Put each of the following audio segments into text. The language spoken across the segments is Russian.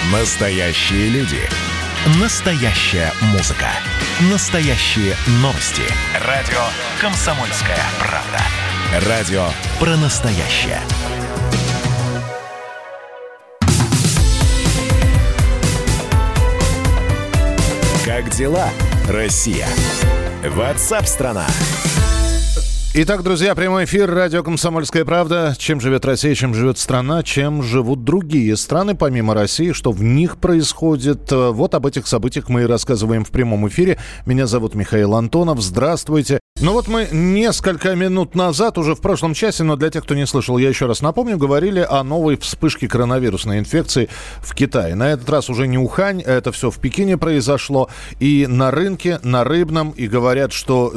Настоящие люди. Настоящая музыка. Настоящие новости. Радио «Комсомольская правда». Радио про настоящее. Как дела, Россия? WhatsApp-страна. Итак, друзья, прямой эфир, радио «Комсомольская правда». Чем живет Россия, чем живет страна, чем живут другие страны, помимо России, что в них происходит. Вот об этих событиях мы и рассказываем в прямом эфире. Меня зовут Михаил Антонов. Здравствуйте. Ну вот мы несколько минут назад, уже в прошлом часе, но для тех, кто не слышал, я еще раз напомню, говорили о новой вспышке коронавирусной инфекции в Китае. На этот раз уже не Ухань, это все в Пекине произошло. И на рынке, на рыбном, и говорят, что...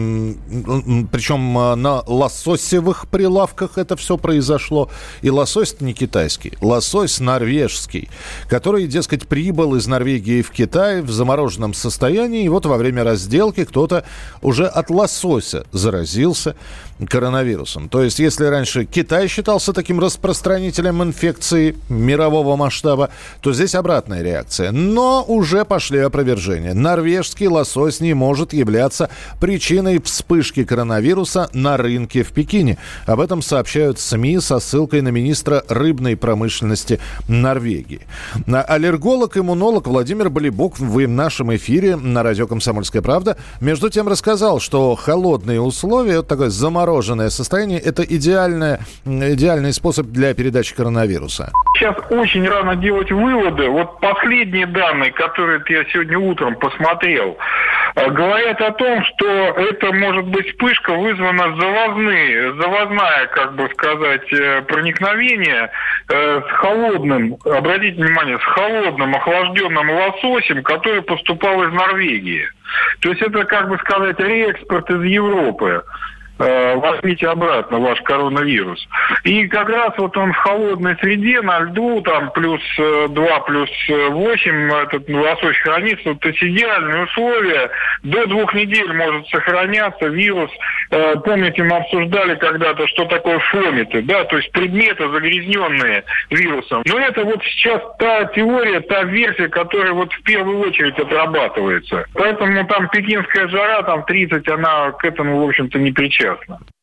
причем на лососевых прилавках это все произошло. И лосось-то не китайский, лосось норвежский, который, дескать, прибыл из Норвегии в Китай в замороженном состоянии. И вот во время разделки кто-то уже от лосося заразился коронавирусом. То есть, если раньше Китай считался таким распространителем инфекции мирового масштаба, то здесь обратная реакция. Но уже пошли опровержения. Норвежский лосось не может являться причиной вспышки коронавируса на рынке в Пекине. Об этом сообщают СМИ со ссылкой на министра рыбной промышленности Норвегии. Аллерголог-иммунолог Владимир Болибок в нашем эфире на радио «Комсомольская правда» между тем рассказал, что холодные условия, вот такое замороженное состояние, это идеальный способ для передачи коронавируса. Сейчас очень рано делать выводы. Вот последние данные, которые я сегодня утром посмотрел, говорят о том, что это может быть вспышка вызвана завозное, как бы сказать, проникновение с холодным, обратите внимание, с холодным охлажденным лососем, который поступал из Норвегии. То есть это, как бы сказать, реэкспорт из Европы. Возьмите обратно ваш коронавирус. И как раз вот он в холодной среде, на льду, там плюс 2, плюс 8, этот лосось хранится. Вот, то есть идеальные условия. До 2 недель может сохраняться вирус. Помните, мы обсуждали когда-то, что такое фомиты, да, то есть предметы, загрязненные вирусом. Но это вот сейчас та теория, та версия, которая вот в первую очередь отрабатывается. Поэтому там пекинская жара, там 30, она к этому, в общем-то, не причастна.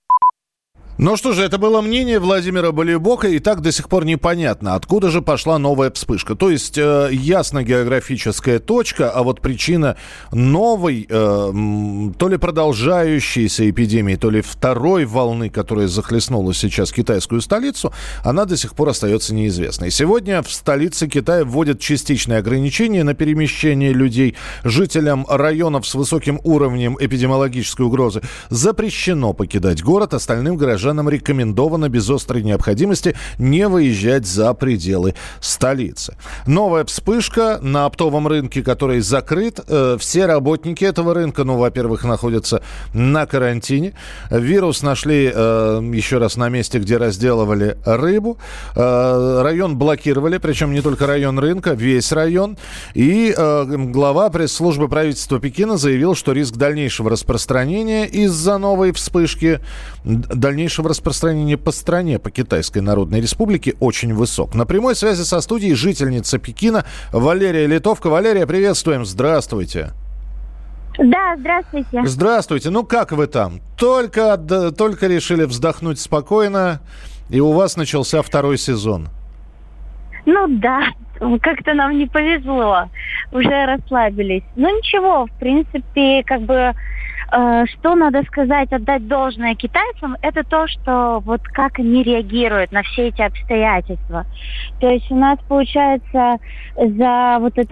Ну что же, это было мнение Владимира Болибока, и так до сих пор непонятно, откуда же пошла новая вспышка. То есть, ясно, географическая точка, а вот причина новой, то ли продолжающейся эпидемии, то ли второй волны, которая захлестнула сейчас китайскую столицу, она до сих пор остается неизвестной. Сегодня в столице Китая вводят частичные ограничения на перемещение людей. Жителям районов с высоким уровнем эпидемиологической угрозы запрещено покидать город, остальным горожанам рекомендовано без острой необходимости не выезжать за пределы столицы. Новая вспышка на оптовом рынке, который закрыт. Все работники этого рынка, во-первых, находятся на карантине. Вирус нашли, еще раз, на месте, где разделывали рыбу. Район блокировали, причем не только район рынка, весь район. И глава пресс-службы правительства Пекина заявил, что риск дальнейшего распространения из-за новой вспышки, дальнейшего распространения по стране, по Китайской Народной Республике, очень высок. На прямой связи со студией жительница Пекина Валерия Литовка. Валерия, приветствуем. Здравствуйте. Да, здравствуйте. Здравствуйте. Ну, как вы там? Только решили вздохнуть спокойно, и у вас начался второй сезон. Ну да, как-то нам не повезло. Уже расслабились. Но ничего, в принципе, как бы... Что надо сказать, отдать должное китайцам, это то, что вот как они реагируют на все эти обстоятельства. То есть у нас, получается, за вот эту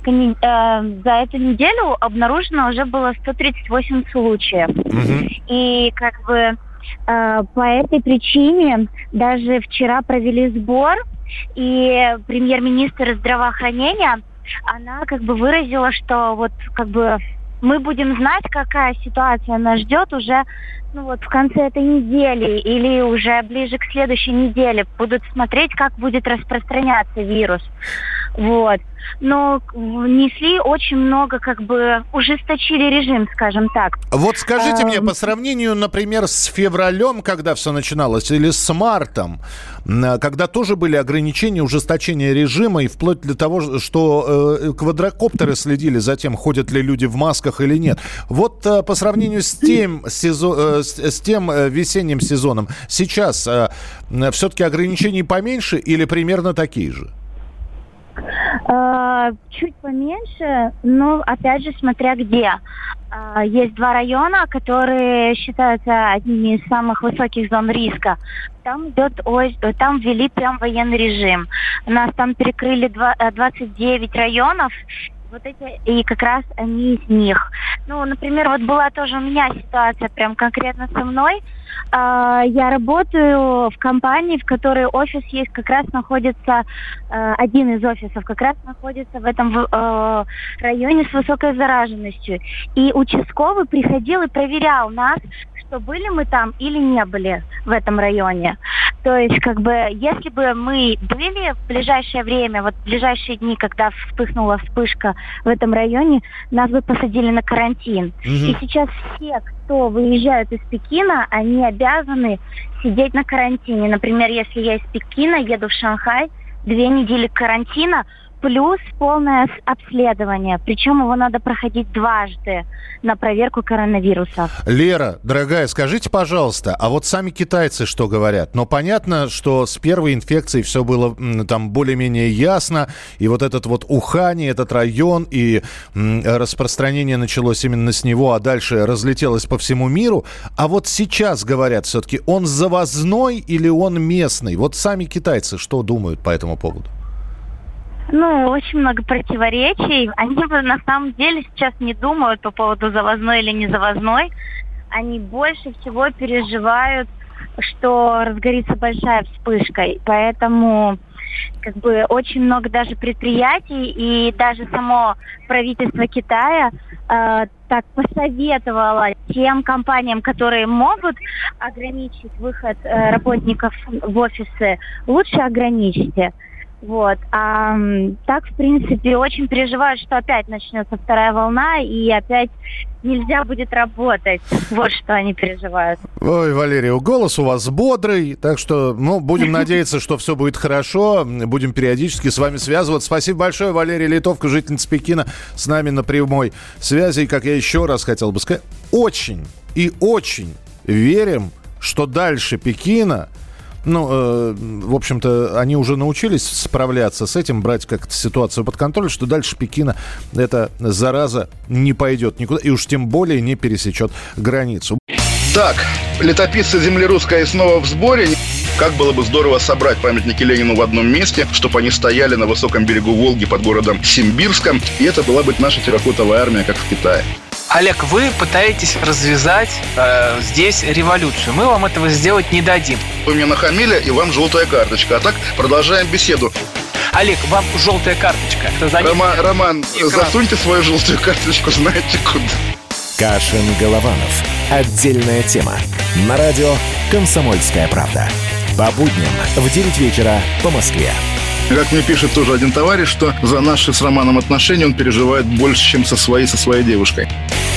за эту неделю обнаружено уже было 138 случаев. И как бы по этой причине даже вчера провели сбор, и премьер-министр здравоохранения, она как бы выразила, что вот как бы мы будем знать, какая ситуация нас ждет уже в конце этой недели или уже ближе к следующей неделе. Будут смотреть, как будет распространяться вирус. Вот. Но внесли очень много, ужесточили режим, скажем так. Вот скажите мне, по сравнению, например, с февралем, когда все начиналось, или с мартом, когда тоже были ограничения, ужесточения режима, и вплоть до того, что квадрокоптеры следили за тем, ходят ли люди в масках или нет. Вот по сравнению с тем весенним сезоном, сейчас все-таки ограничений поменьше или примерно такие же? Чуть поменьше, но опять же смотря где. Есть 2 района, которые считаются одними из самых высоких зон риска. Там ввели прям военный режим. У нас там перекрыли 29 районов. И как раз они из них. Например, была тоже у меня ситуация прям конкретно со мной. Я работаю в компании, в которой офис есть, как раз находится, один из офисов как раз находится в этом районе с высокой зараженностью. И участковый приходил и проверял нас, что были мы там или не были в этом районе. То есть, если бы мы были в ближайшее время, в ближайшие дни, когда вспыхнула вспышка в этом районе, нас бы посадили на карантин. И сейчас все, кто выезжают из Пекина, они обязаны сидеть на карантине. Например, если я из Пекина еду в Шанхай, 2 недели карантина, плюс полное обследование. Причем его надо проходить дважды на проверку коронавируса. Лера, дорогая, скажите, пожалуйста, а вот сами китайцы что говорят? Понятно, что с первой инфекцией все было там более-менее ясно. И вот этот Ухань, этот район, и распространение началось именно с него, а дальше разлетелось по всему миру. А вот сейчас говорят все-таки, он завозной или он местный? Вот сами китайцы что думают по этому поводу? Очень много противоречий. Они на самом деле сейчас не думают по поводу завозной или не завозной. Они больше всего переживают, что разгорится большая вспышка. Поэтому очень много даже предприятий и даже само правительство Китая так посоветовало тем компаниям, которые могут ограничить выход работников в офисы, лучше ограничьте. А так, в принципе, очень переживают, что опять начнется 2-я волна, и опять нельзя будет работать. Вот что они переживают. Ой, Валерия, голос у вас бодрый, так что, будем надеяться, что все будет хорошо. Будем периодически с вами связываться. Спасибо большое, Валерия Литовка, жительница Пекина, с нами на прямой связи. И, как я еще раз хотел бы сказать, очень и очень верим, что дальше Пекина... в общем-то, они уже научились справляться с этим, брать как-то ситуацию под контроль, что дальше Пекина эта зараза не пойдет никуда, и уж тем более не пересечет границу. Так, летописцы земли русской снова в сборе. Как было бы здорово собрать памятники Ленину в одном месте, чтобы они стояли на высоком берегу Волги под городом Симбирском, и это была бы наша терракотовая армия, как в Китае. Олег, вы пытаетесь развязать здесь революцию. Мы вам этого сделать не дадим. Вы мне нахамили, и вам желтая карточка. А так продолжаем беседу. Олег, вам желтая карточка. Роман, засуньте свою желтую карточку, знаете куда. Кашин-Голованов. Отдельная тема. На радио «Комсомольская правда». По будням в 9 вечера по Москве. Как мне пишет тоже один товарищ, что за наши с Романом отношения он переживает больше, чем со своей девушкой.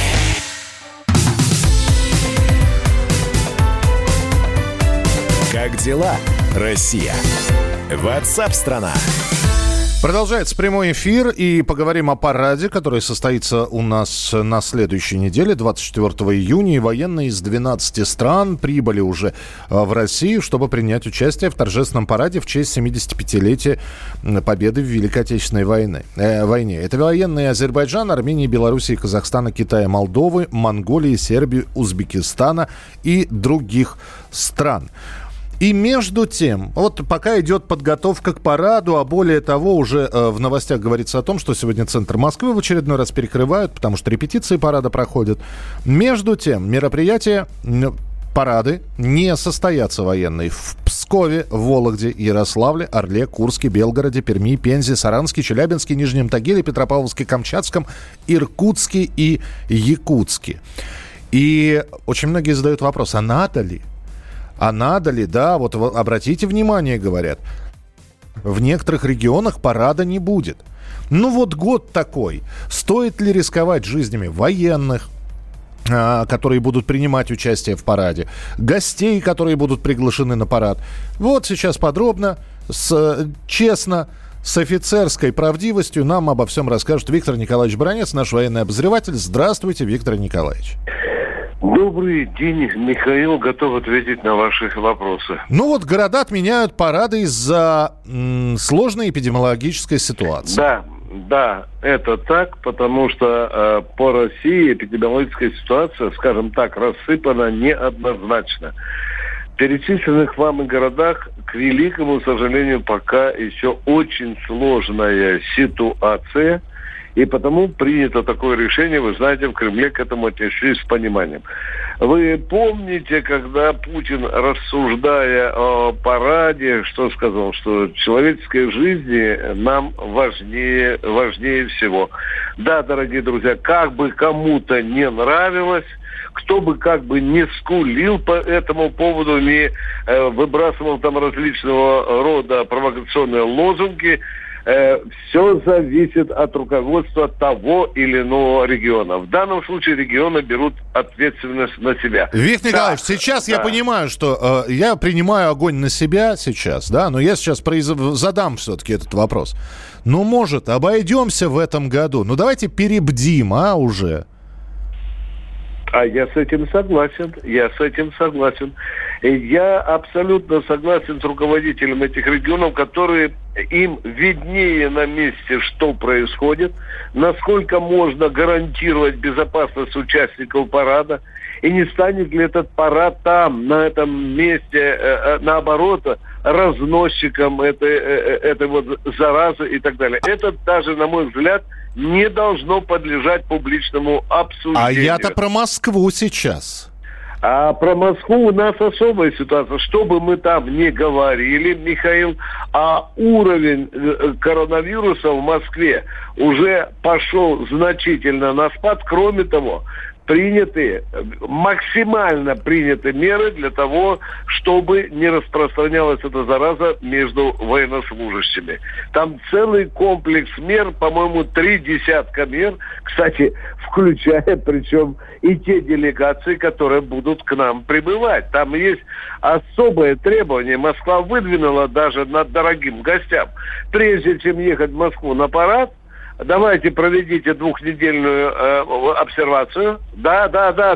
Как дела, Россия? WhatsApp-страна. Продолжается прямой эфир, и поговорим о параде, который состоится у нас на следующей неделе, 24 июня. И военные из 12 стран прибыли уже в Россию, чтобы принять участие в торжественном параде в честь 75-летия победы в Великой Отечественной войне. Это военные Азербайджана, Армении, Белоруссии, Казахстана, Китая, Молдовы, Монголии, Сербии, Узбекистана и других стран. И между тем, пока идет подготовка к параду, а более того, уже в новостях говорится о том, что сегодня центр Москвы в очередной раз перекрывают, потому что репетиции парада проходят. Между тем, мероприятия, парады не состоятся военные в Пскове, Вологде, Ярославле, Орле, Курске, Белгороде, Перми, Пензе, Саранске, Челябинске, Нижнем Тагиле, Петропавловске, Камчатском, Иркутске и Якутске. И очень многие задают вопрос, а надо ли, да, обратите внимание, говорят, в некоторых регионах парада не будет. Ну вот год такой. Стоит ли рисковать жизнями военных, которые будут принимать участие в параде, гостей, которые будут приглашены на парад? Вот сейчас подробно, честно, с офицерской правдивостью нам обо всем расскажет Виктор Николаевич Баранец, наш военный обозреватель. Здравствуйте, Виктор Николаевич. Добрый день, Михаил. Готов ответить на ваши вопросы. Ну вот города отменяют парады из-за сложной эпидемиологической ситуации. Да, это так, потому что по России эпидемиологическая ситуация, скажем так, рассыпана неоднозначно. В перечисленных вами городах, к великому сожалению, пока еще очень сложная ситуация, и потому принято такое решение, вы знаете, в Кремле к этому отнеслись с пониманием. Вы помните, когда Путин, рассуждая о параде, что сказал, что человеческие жизни нам важнее всего. Да, дорогие друзья, как бы кому-то не нравилось, кто бы как бы не скулил по этому поводу, не выбрасывал там различного рода провокационные лозунги, все зависит от руководства того или иного региона. В данном случае регионы берут ответственность на себя. Виктор Николаевич, сейчас я понимаю, что я принимаю огонь на себя сейчас, да, но я сейчас задам все-таки этот вопрос. Ну, может, обойдемся в этом году? Ну, давайте перебдим, уже. Я с этим согласен. Я абсолютно согласен с руководителем этих регионов, которые им виднее на месте, что происходит, насколько можно гарантировать безопасность участников парада, и не станет ли этот парад там, на этом месте, наоборот, разносчиком этой вот заразы и так далее. Это даже, на мой взгляд, не должно подлежать публичному обсуждению. А я-то про Москву сейчас. А про Москву у нас особая ситуация. Что бы мы там ни говорили, Михаил, а уровень коронавируса в Москве уже пошел значительно на спад. Кроме того, максимально приняты меры для того, чтобы не распространялась эта зараза между военнослужащими. Там целый комплекс мер, по-моему, 3 десятка мер, кстати, включая, причем, и те делегации, которые будут к нам прибывать. Там есть особое требование. Москва выдвинула даже над дорогим гостям. Прежде чем ехать в Москву на парад, давайте проведите 2-недельную обсервацию. Да.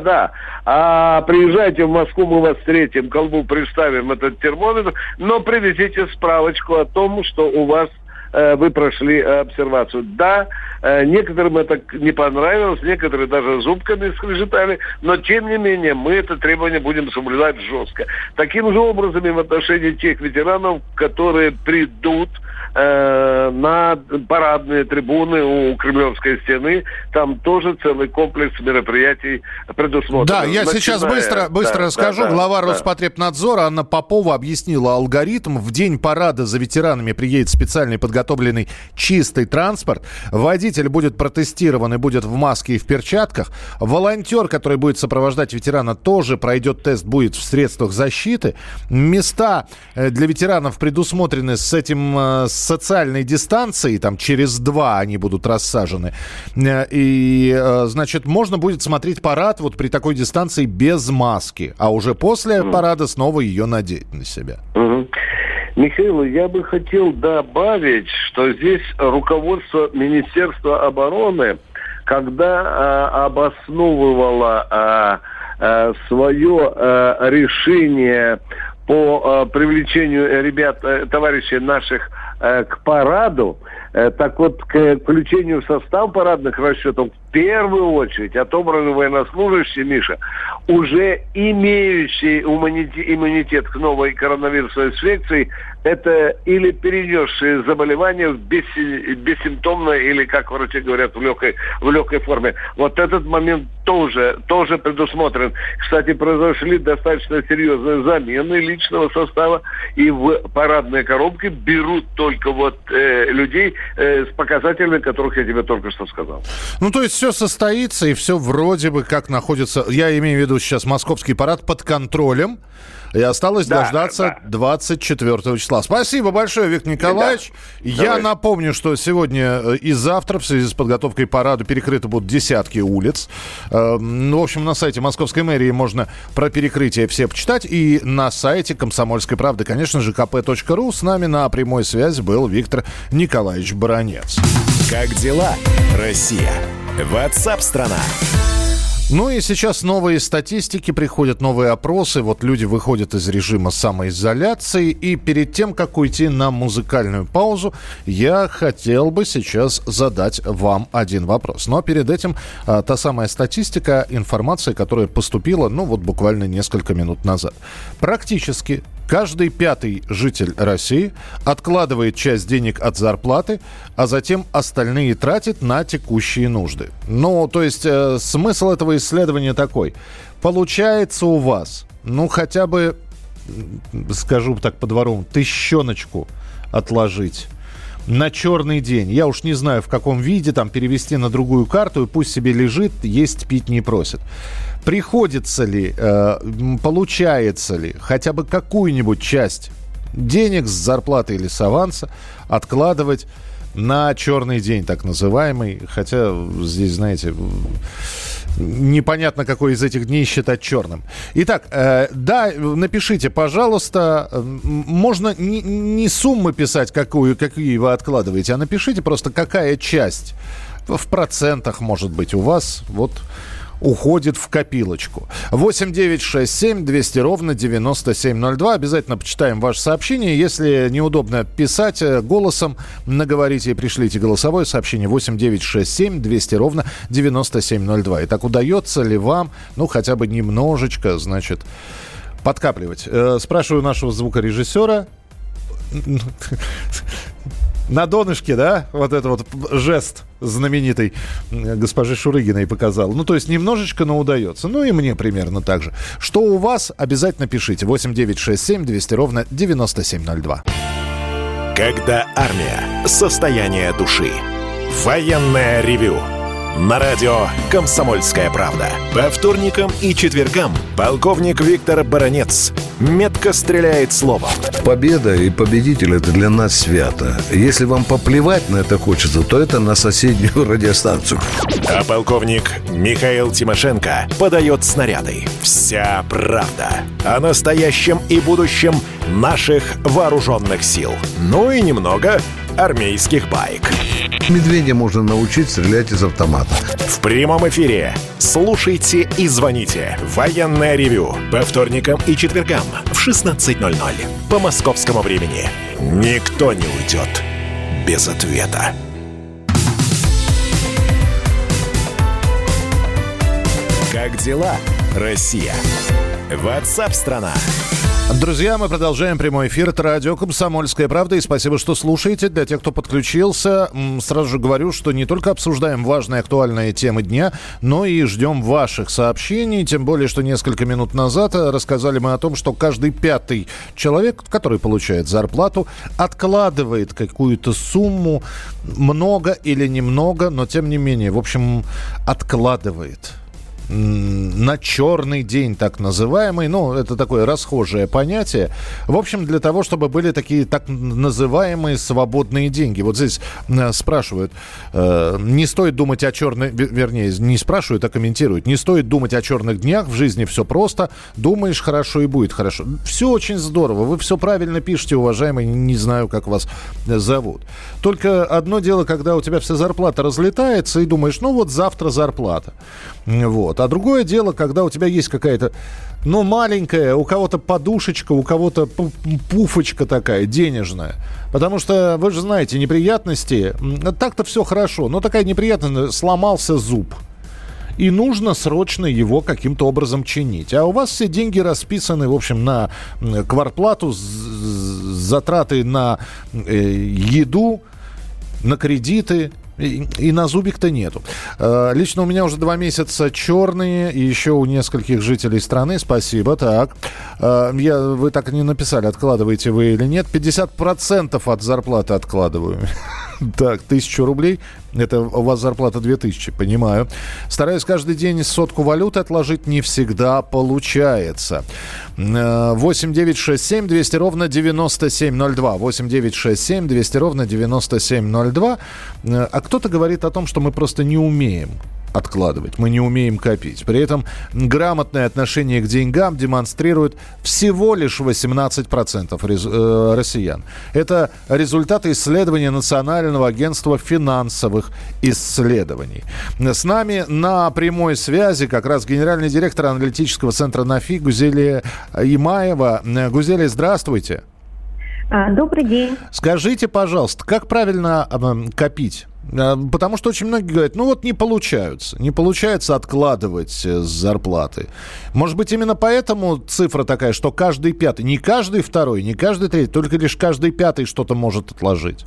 А приезжайте в Москву, мы вас встретим, к колбу приставим этот термометр, но привезите справочку о том, что у вас вы прошли обсервацию. Да, некоторым это не понравилось, некоторые даже зубками скрежетали, но тем не менее мы это требование будем соблюдать жестко. Таким же образом и в отношении тех ветеранов, которые придут на парадные трибуны у Кремлевской стены, там тоже целый комплекс мероприятий предусмотрен. Да, я сейчас быстро расскажу. Глава Роспотребнадзора Анна Попова объяснила алгоритм. В день парада за ветеранами приедет специальный подготовленный чистый транспорт. Водитель будет протестирован и будет в маске и в перчатках. Волонтер, который будет сопровождать ветерана, тоже пройдет тест, будет в средствах защиты. Места для ветеранов предусмотрены с этим социальной дистанцией, там через 2 они будут рассажены. И, значит, можно будет смотреть парад вот при такой дистанции без маски, а уже после парада снова ее надеть на себя. Михаил, я бы хотел добавить, что здесь руководство Министерства обороны, когда обосновывало свое решение по привлечению товарищей наших к параду, так вот, к включению в состав парадных расчетов, в первую очередь отобраны военнослужащие, Миша, уже имеющие иммунитет к новой коронавирусной инфекции, это или перенесшие заболевание бессимптомно, или, как врачи говорят, в легкой форме. Вот этот момент тоже предусмотрен. Кстати, произошли достаточно серьезные замены личного состава, и в парадные коробки берут только вот людей с показателями, которых я тебе только что сказал. Ну, то есть все состоится, и все вроде бы как находится, я имею в виду сейчас московский парад, под контролем. И осталось дождаться 24 числа. Спасибо большое, Виктор Николаевич. Я напомню, что сегодня и завтра в связи с подготовкой к параду перекрыты будут десятки улиц. В общем, на сайте Московской мэрии можно про перекрытие все почитать. И на сайте «Комсомольской правды», конечно же, kp.ru. С нами на прямой связи был Виктор Николаевич Баранец. Как дела, Россия? WhatsApp-страна. Ну и сейчас новые статистики, приходят новые опросы. Вот люди выходят из режима самоизоляции. И перед тем, как уйти на музыкальную паузу, я хотел бы сейчас задать вам один вопрос. Но перед этим та самая статистика, информация, которая поступила, буквально несколько минут назад. Практически каждый пятый житель России откладывает часть денег от зарплаты, а затем остальные тратит на текущие нужды. То есть смысл этого исследования такой. Получается у вас, хотя бы, скажу так по-дворовому, 1000 отложить на черный день. Я уж не знаю, в каком виде, перевести на другую карту, и пусть себе лежит, есть пить не просит. Приходится ли, получается ли хотя бы какую-нибудь часть денег с зарплаты или с аванса откладывать на черный день, так называемый. Хотя здесь, знаете, непонятно, какой из этих дней считать черным. Итак, напишите, пожалуйста. Можно не суммы писать, какие вы откладываете, а напишите просто, какая часть в процентах, может быть, у вас уходит в копилочку. 8 9 6 7 200 ровно 9702. Обязательно почитаем ваше сообщение. Если неудобно писать, голосом наговорите и пришлите голосовое сообщение 8 9 6 7 200 ровно 9702. Итак, удается ли вам, хотя бы немножечко, подкапливать? Спрашиваю нашего звукорежиссера. На донышке, да, это жест знаменитый госпожи Шурыгиной показал. То есть немножечко, но удается. И мне примерно так же. Что у вас, обязательно пишите. 8 9 6 7 200 ровно 9702. Когда армия. Состояние души. Военное ревю. На радио «Комсомольская правда». По вторникам и четвергам полковник Виктор Баранец метко стреляет словом. Победа и победитель – это для нас свято. Если вам поплевать на это хочется, то это на соседнюю радиостанцию. А полковник Михаил Тимошенко подает снаряды. Вся правда о настоящем и будущем наших вооруженных сил. И немного армейских баек. Медведя можно научить стрелять из автомата. В прямом эфире. Слушайте и звоните. Военное ревю. По вторникам и четвергам в 16:00. По московскому времени. Никто не уйдет без ответа. Как дела, Россия? WhatsApp-страна. Друзья, мы продолжаем прямой эфир. Это радио «Комсомольская правда». И спасибо, что слушаете. Для тех, кто подключился, сразу же говорю, что не только обсуждаем важные актуальные темы дня, но и ждем ваших сообщений. Тем более, что несколько минут назад рассказали мы о том, что каждый пятый человек, который получает зарплату, откладывает какую-то сумму, много или немного, но тем не менее, в общем, откладывает на черный день, так называемый. Это такое расхожее понятие. В общем, для того, чтобы были такие так называемые свободные деньги. Вот здесь спрашивают, не стоит думать о черных... Вернее, не спрашивают, а комментируют. Не стоит думать о черных днях. В жизни все просто. Думаешь хорошо и будет хорошо. Все очень здорово. Вы все правильно пишете, уважаемый. Не знаю, как вас зовут. Только одно дело, когда у тебя вся зарплата разлетается, и думаешь, завтра зарплата. А другое дело, когда у тебя есть какая-то, маленькая, у кого-то подушечка, у кого-то пуфочка такая денежная. Потому что, вы же знаете, неприятности, так-то все хорошо, но такая неприятность, сломался зуб. И нужно срочно его каким-то образом чинить. А у вас все деньги расписаны, в общем, на квартплату, затраты на еду, на кредиты. И на зубик-то нету. Лично у меня уже 2 месяца черные, и еще у нескольких жителей страны. Спасибо. Так. Вы так и не написали, откладываете вы или нет. 50% от зарплаты откладываю. Так, 1000 рублей. Это у вас зарплата 2000, понимаю. Стараюсь каждый день сотку валюты отложить, не всегда получается. 8 9 6 7 200 ровно 9702. 8 9 6 7 200 ровно 9702. А кто-то говорит о том, что мы просто не умеем откладывать, мы не умеем копить. При этом грамотное отношение к деньгам демонстрирует всего лишь 18% россиян. Это результаты исследования Национального агентства финансовых исследований. С нами на прямой связи как раз генеральный директор аналитического центра НАФИ Гузелия Имаева. Гузелия, здравствуйте. Добрый день. Скажите, пожалуйста, как правильно копить? Потому что очень многие говорят, не получается откладывать с зарплаты. Может быть, именно поэтому цифра такая, что каждый пятый, не каждый второй, не каждый третий, только лишь каждый пятый что-то может отложить.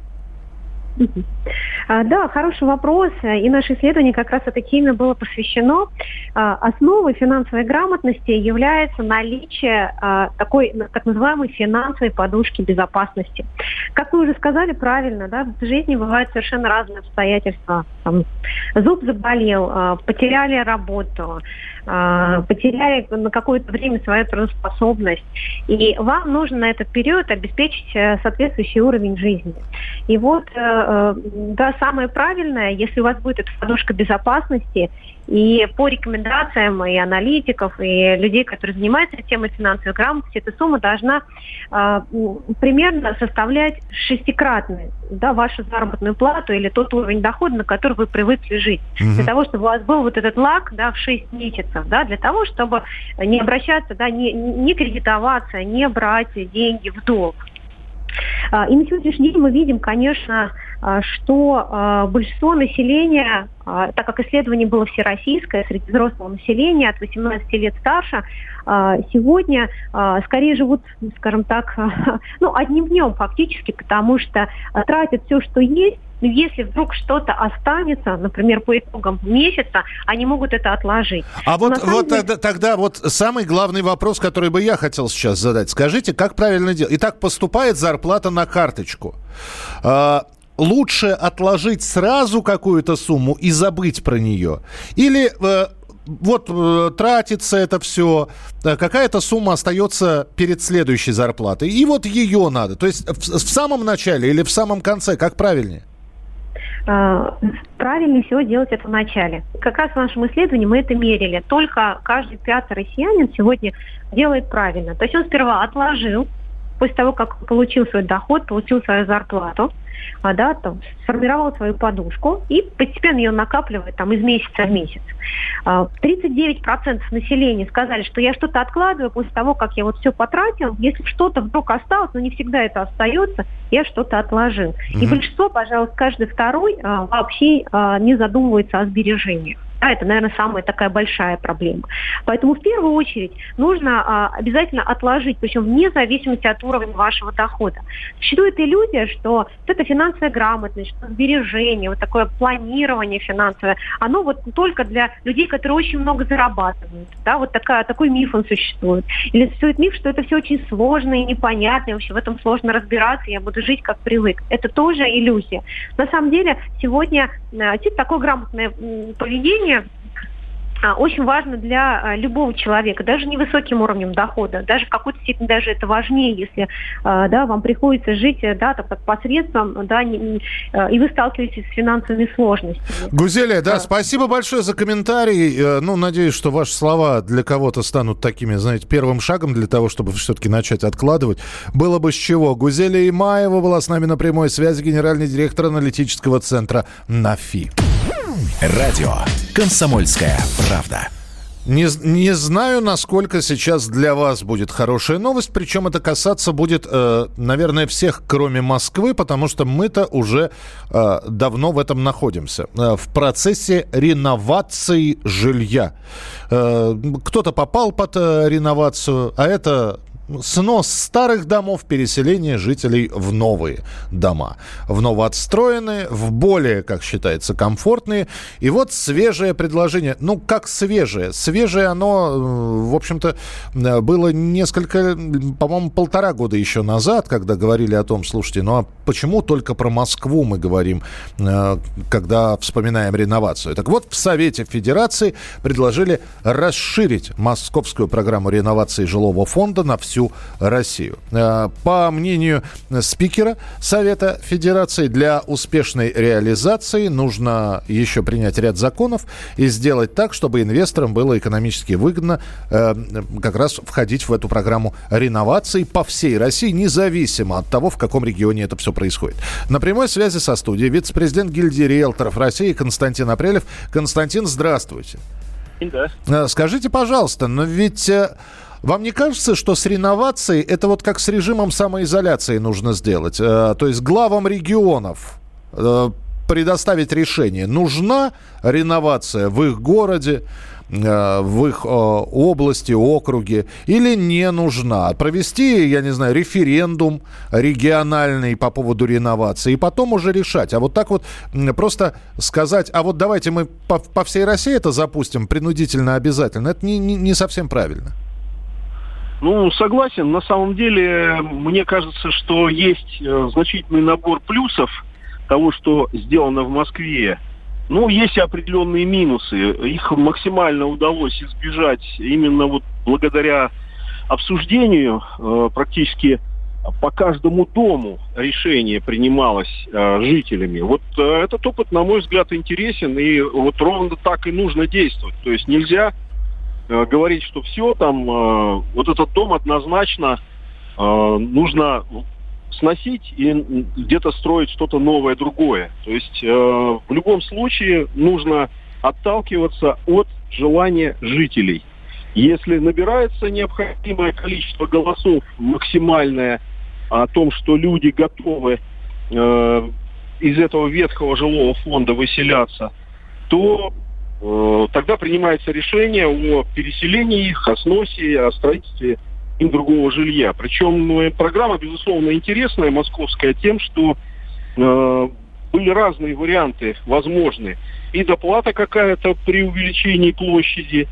Да, хороший вопрос. И наше исследование как раз этой теме было посвящено. Основой финансовой грамотности является наличие такой так называемой финансовой подушки безопасности. Как вы уже сказали правильно, да, в жизни бывают совершенно разные обстоятельства. Там, зуб заболел, потеряли работу, потеряли на какое-то время свою трудоспособность. И вам нужно на этот период обеспечить соответствующий уровень жизни. И вот, да, самое правильное, если у вас будет эта подушка безопасности, и по рекомендациям и аналитиков, и людей, которые занимаются темой финансовой грамотности, эта сумма должна примерно составлять 6-кратную, да, вашу заработную плату или тот уровень дохода, на который вы привыкли жить. Для того, чтобы у вас был вот этот лаг, да, в 6 месяцев, да, для того, чтобы не обращаться, да, не кредитоваться, не брать деньги в долг. И на сегодняшний день мы видим, конечно, что большинство населения, так как исследование было всероссийское, среди взрослого населения от 18 лет старше, сегодня скорее живут, скажем так, одним днем фактически, потому что тратят все, что есть. Но если вдруг что-то останется, например, по итогам месяца, они могут это отложить. А тогда самый главный вопрос, который бы я хотел сейчас задать. Скажите, как правильно делать? Итак, поступает зарплата на карточку. Лучше отложить сразу какую-то сумму и забыть про нее? Или тратится это все, какая-то сумма остается перед следующей зарплатой, и вот ее надо? То есть в самом начале или в самом конце, как правильнее? Правильнее всего делать это в начале. Как раз в нашем исследовании мы это мерили. Только каждый пятый россиянин сегодня делает правильно. То есть он сперва отложил, после того, как получил свой доход, получил свою зарплату, сформировал свою подушку и постепенно ее накапливает из месяца в месяц. 39% населения сказали, что я что-то откладываю после того, как я все потратил. Если что-то вдруг осталось, но не всегда это остается, я что-то отложил. И большинство, пожалуй, каждый второй вообще не задумывается о сбережениях. Это, наверное, самая такая большая проблема. Поэтому в первую очередь нужно обязательно отложить, причем вне зависимости от уровня вашего дохода. Существует иллюзия, что это финансовая грамотность, что сбережение, такое планирование финансовое, оно только для людей, которые очень много зарабатывают. Да, такой миф он существует. Или существует миф, что это все очень сложно и непонятно, и вообще в этом сложно разбираться, я буду жить как привык. Это тоже иллюзия. На самом деле сегодня такое грамотное поведение очень важно для любого человека, даже невысоким уровнем дохода, даже в какой-то степени даже это важнее, если вам приходится жить посредством, и вы сталкиваетесь с финансовыми сложностями. Гузелия, спасибо большое за комментарий. Надеюсь, что ваши слова для кого-то станут такими, первым шагом для того, чтобы все-таки начать откладывать. Было бы с чего. Гузелия Имаева была с нами на прямой связи, генеральный директор аналитического центра НАФИ. Радио «Комсомольская правда». Не знаю, насколько сейчас для вас будет хорошая новость, причем это касаться будет, наверное, всех, кроме Москвы, потому что мы-то уже давно в этом находимся. В процессе реновации жилья. Кто-то попал под реновацию, а это снос старых домов, переселение жителей в новые дома. В новоотстроенные, в более, как считается, комфортные. И вот свежее предложение. Ну, как свежее? Свежее оно, в общем-то, было несколько, по-моему, 1,5 года еще назад, когда говорили о том, слушайте, ну а почему только про Москву мы говорим, когда вспоминаем реновацию? Так вот, в Совете Федерации предложили расширить московскую программу реновации жилого фонда на всю Россию. По мнению спикера Совета Федерации, для успешной реализации нужно еще принять ряд законов и сделать так, чтобы инвесторам было экономически выгодно как раз входить в эту программу реновации по всей России, независимо от того, в каком регионе это все происходит. На прямой связи со студией вице-президент гильдии риэлторов России Константин Апрелев. Константин, здравствуйте. Да. Скажите, пожалуйста, но ведь... Вам не кажется, что с реновацией это вот как с режимом самоизоляции нужно сделать? То есть главам регионов предоставить решение, нужна реновация в их городе, в их области, округе, или не нужна? Провести, я не знаю, референдум региональный по поводу реновации и потом уже решать. А вот так вот просто сказать, а вот давайте мы по всей России это запустим принудительно, обязательно, это не совсем правильно. Ну, согласен. На самом деле, мне кажется, что есть значительный набор плюсов того, что сделано в Москве. Ну, есть определенные минусы. Их максимально удалось избежать именно вот благодаря обсуждению. Практически по каждому дому решение принималось жителями. Вот этот опыт, на мой взгляд, интересен. И вот ровно так и нужно действовать. То есть нельзя говорить, что все, там, вот этот дом однозначно нужно сносить и где-то строить что-то новое, другое. То есть в любом случае нужно отталкиваться от желания жителей. Если набирается необходимое количество голосов, максимальное, о том, что люди готовы из этого ветхого жилого фонда выселяться, то тогда принимается решение о переселении их, о сносе, о строительстве им другого жилья. Причем программа, безусловно, интересная, московская, тем, что были разные варианты возможны. И доплата какая-то при увеличении площади,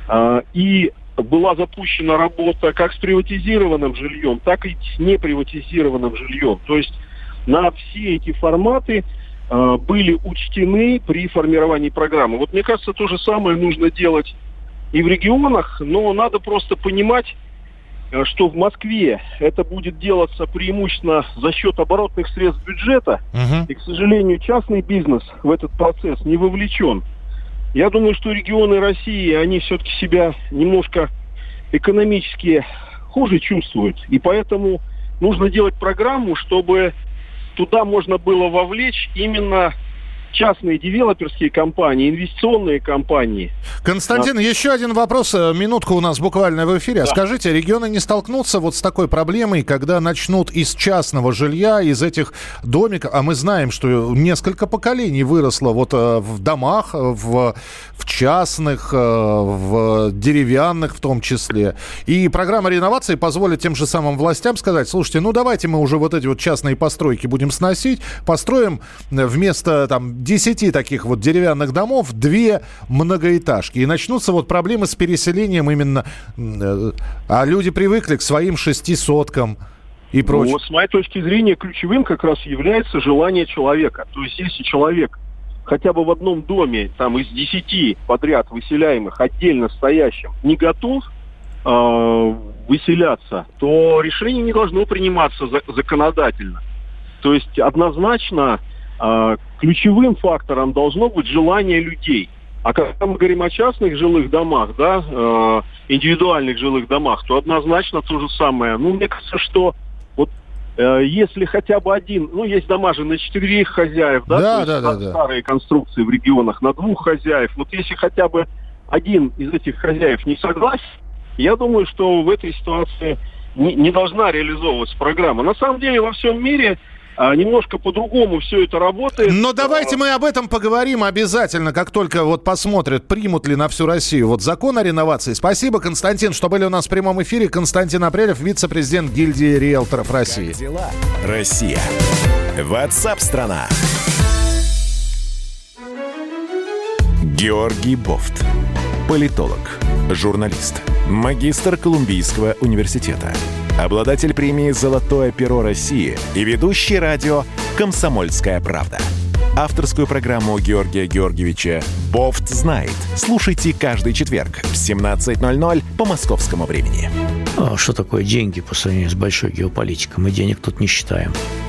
и была запущена работа как с приватизированным жильем, так и с неприватизированным жильем. То есть на все эти форматы были учтены при формировании программы. Вот мне кажется, то же самое нужно делать и в регионах, но надо просто понимать, что в Москве это будет делаться преимущественно за счет оборотных средств бюджета, и, к сожалению, частный бизнес в этот процесс не вовлечен. Я думаю, что регионы России, они все-таки себя немножко экономически хуже чувствуют, и поэтому нужно делать программу, чтобы туда можно было вовлечь именно частные девелоперские компании, инвестиционные компании. Константин, еще один вопрос. Минутка у нас буквально в эфире. Да. Скажите, регионы не столкнутся вот с такой проблемой, когда начнут из частного жилья, из этих домиков, а мы знаем, что несколько поколений выросло вот в домах, в частных, в деревянных в том числе. И программа реновации позволит тем же самым властям сказать, слушайте, ну давайте мы уже вот эти вот частные постройки будем сносить, построим вместо там 10 таких вот деревянных домов 2 многоэтажки. И начнутся вот проблемы с переселением именно. А люди привыкли к своим 6 соткам и прочее. Ну, с моей точки зрения, ключевым как раз является желание человека. То есть, если человек хотя бы в одном доме, там, из 10 подряд выселяемых, отдельно стоящим, не готов выселяться, то решение не должно приниматься законодательно. То есть, однозначно ключевым фактором должно быть желание людей. А когда мы говорим о частных жилых домах, да, индивидуальных жилых домах, то однозначно то же самое. Ну, мне кажется, что вот если хотя бы один, ну, есть дома же на 4 хозяев, да, старые конструкции в регионах, на 2 хозяев. Вот если хотя бы один из этих хозяев не согласен, я думаю, что в этой ситуации не должна реализовываться программа. На самом деле во всем мире немножко по-другому все это работает. Но давайте мы об этом поговорим обязательно, как только вот посмотрят, примут ли на всю Россию вот закон о реновации. Спасибо, Константин, что были у нас в прямом эфире. Константин Апрелев, вице-президент гильдии риэлторов России. Как дела? Россия. WhatsApp-страна. Георгий Бофт. Политолог, журналист, магистр Колумбийского университета, обладатель премии «Золотое перо России» и ведущий радио «Комсомольская правда». Авторскую программу Георгия Георгиевича «Бофт знает». Слушайте каждый четверг в 17:00 по московскому времени. Что такое деньги по сравнению с большой геополитикой? Мы денег тут не считаем.